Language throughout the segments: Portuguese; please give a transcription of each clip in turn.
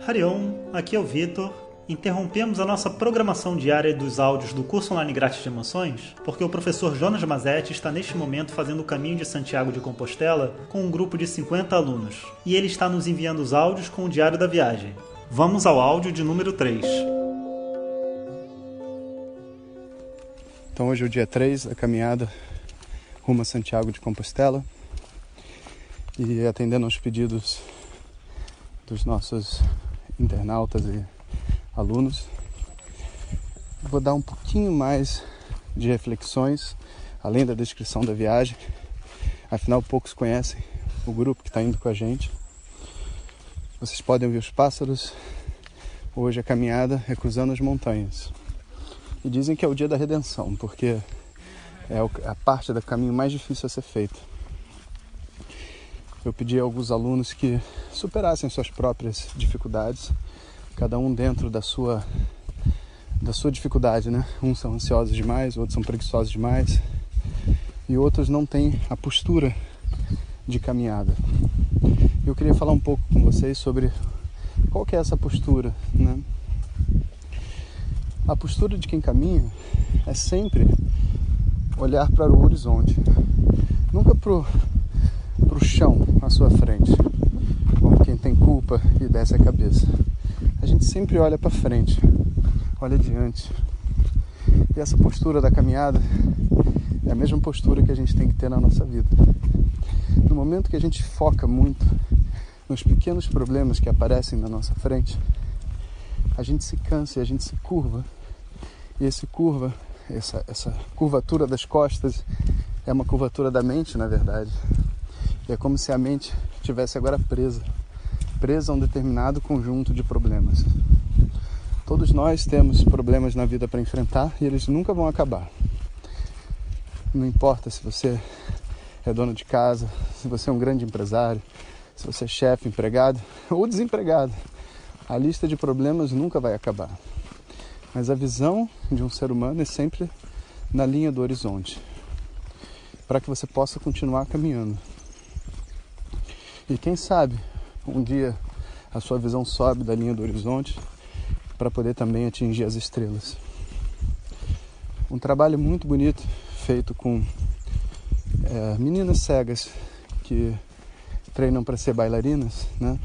Hariom, aqui é o Vitor. Interrompemos a nossa programação diária dos áudios do curso online grátis de emoções porque o professor Jonas Mazetti está neste momento fazendo o caminho de Santiago de Compostela com um grupo de 50 alunos. E ele está nos enviando os áudios com o diário da viagem. Vamos ao áudio de número 3. Então hoje é o dia 3 da caminhada rumo a Santiago de Compostela e atendendo aos pedidos dos nossos internautas e alunos, vou dar um pouquinho mais de reflexões além da descrição da viagem. Afinal, poucos conhecem o grupo que está indo com a gente. Vocês podem ouvir os pássaros. Hoje a caminhada é cruzando as montanhas e dizem que é o dia da redenção, porque é a parte do caminho mais difícil a ser feita. Eu pedi a alguns alunos que superassem suas próprias dificuldades, cada um dentro da sua dificuldade, né? Uns são ansiosos demais, outros são preguiçosos demais e outros não têm a postura de caminhada. Eu queria falar um pouco com vocês sobre qual que é essa postura, né? A postura de quem caminha é sempre olhar para o horizonte, nunca para o chão à sua frente, como quem tem culpa e desce a cabeça. A gente sempre olha para frente, olha adiante. E essa postura da caminhada é a mesma postura que a gente tem que ter na nossa vida. No momento que a gente foca muito nos pequenos problemas que aparecem na nossa frente, a gente se cansa e a gente se curva. E essa curvatura das costas é uma curvatura da mente, na verdade. E é como se a mente estivesse agora presa a um determinado conjunto de problemas. Todos nós temos problemas na vida para enfrentar e eles nunca vão acabar. Não importa se você é dono de casa, se você é um grande empresário, se você é chefe, empregado ou desempregado. A lista de problemas nunca vai acabar. Mas a visão de um ser humano é sempre na linha do horizonte, para que você possa continuar caminhando. E quem sabe, um dia a sua visão sobe da linha do horizonte para poder também atingir as estrelas. Um trabalho muito bonito feito com meninas cegas que treinam para ser bailarinas, né?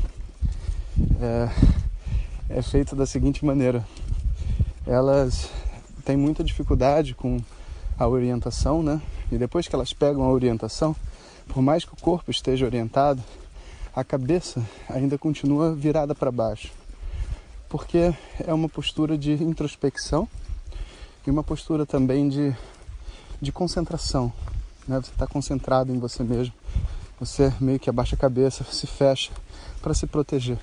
É feito da seguinte maneira: elas têm muita dificuldade com a orientação, né? E depois que elas pegam a orientação, por mais que o corpo esteja orientado, a cabeça ainda continua virada para baixo, porque é uma postura de introspecção e uma postura também de concentração, né? Você está concentrado em você mesmo, você meio que abaixa a cabeça, se fecha para se proteger.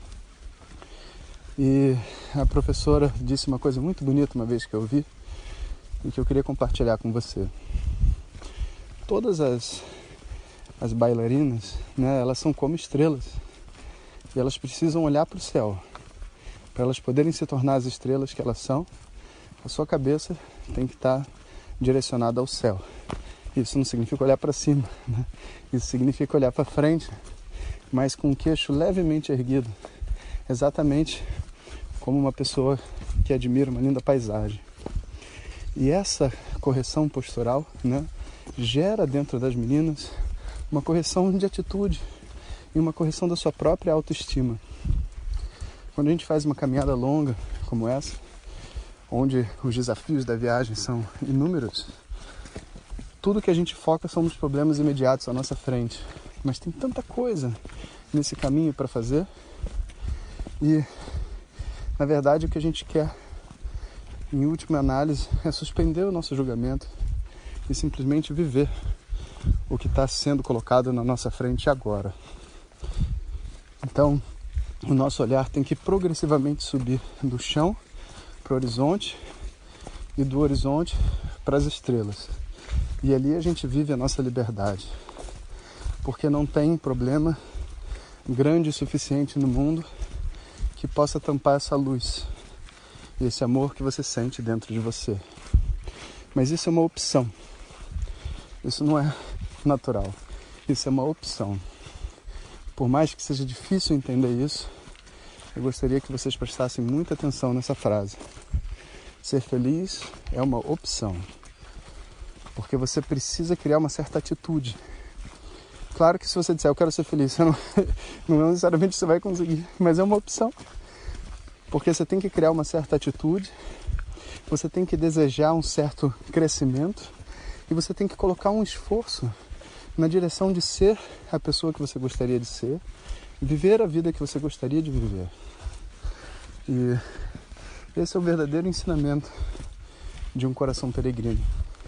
E a professora disse uma coisa muito bonita uma vez que eu vi e que eu queria compartilhar com você. Todas as bailarinas, né, elas são como estrelas e elas precisam olhar para o céu. Para elas poderem se tornar as estrelas que elas são, a sua cabeça tem que estar direcionada ao céu. Isso não significa olhar para cima, né? Isso significa olhar para frente, mas com o queixo levemente erguido, exatamente como uma pessoa que admira uma linda paisagem. E essa correção postural, né, gera dentro das meninas uma correção de atitude e uma correção da sua própria autoestima. Quando a gente faz uma caminhada longa como essa, onde os desafios da viagem são inúmeros, tudo que a gente foca são nos problemas imediatos à nossa frente. Mas tem tanta coisa nesse caminho para fazer e, na verdade, o que a gente quer, em última análise, é suspender o nosso julgamento e simplesmente viver o que está sendo colocado na nossa frente agora. Então, o nosso olhar tem que progressivamente subir do chão para o horizonte e do horizonte para as estrelas. E ali a gente vive a nossa liberdade, porque não tem problema grande o suficiente no mundo que possa tampar essa luz e esse amor que você sente dentro de você. Mas isso é uma opção. Isso não é natural. Isso é uma opção. Por mais que seja difícil entender isso, eu gostaria que vocês prestassem muita atenção nessa frase. Ser feliz é uma opção, porque você precisa criar uma certa atitude. Claro que se você disser, eu quero ser feliz, você não necessariamente você vai conseguir, mas é uma opção. Porque você tem que criar uma certa atitude, você tem que desejar um certo crescimento e você tem que colocar um esforço na direção de ser a pessoa que você gostaria de ser, viver a vida que você gostaria de viver. E esse é o verdadeiro ensinamento de um coração peregrino.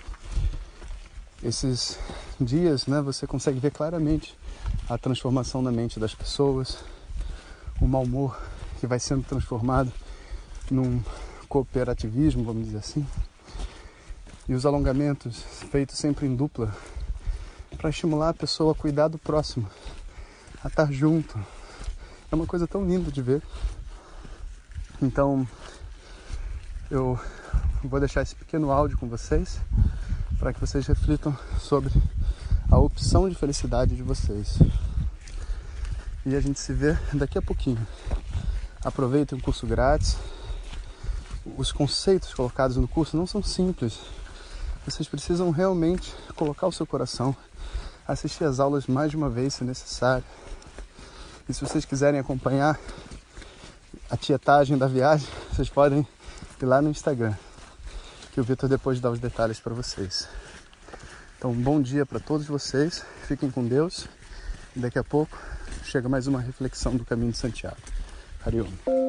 Esses dias, você consegue ver claramente a transformação na mente das pessoas, o mau humor que vai sendo transformado num cooperativismo, vamos dizer assim, e os alongamentos feitos sempre em dupla para estimular a pessoa a cuidar do próximo, a estar junto. É uma coisa tão linda de ver. Então, eu vou deixar esse pequeno áudio com vocês para que vocês reflitam sobre a opção de felicidade de vocês. E a gente se vê daqui a pouquinho. Aproveitem o curso grátis. Os conceitos colocados no curso não são simples. Vocês precisam realmente colocar o seu coração, assistir às aulas mais de uma vez, se necessário. E se vocês quiserem acompanhar a tietagem da viagem, vocês podem ir lá no Instagram, que o Vitor depois dá os detalhes para vocês. Então, um bom dia para todos vocês, fiquem com Deus, e daqui a pouco chega mais uma reflexão do Caminho de Santiago. Hariom.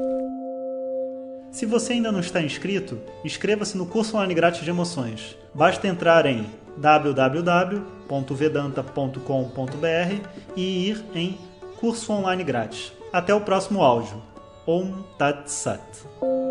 Se você ainda não está inscrito, inscreva-se no curso online grátis de emoções. Basta entrar em www.vedanta.com.br e ir em curso online grátis. Até o próximo áudio. Om Tat Sat.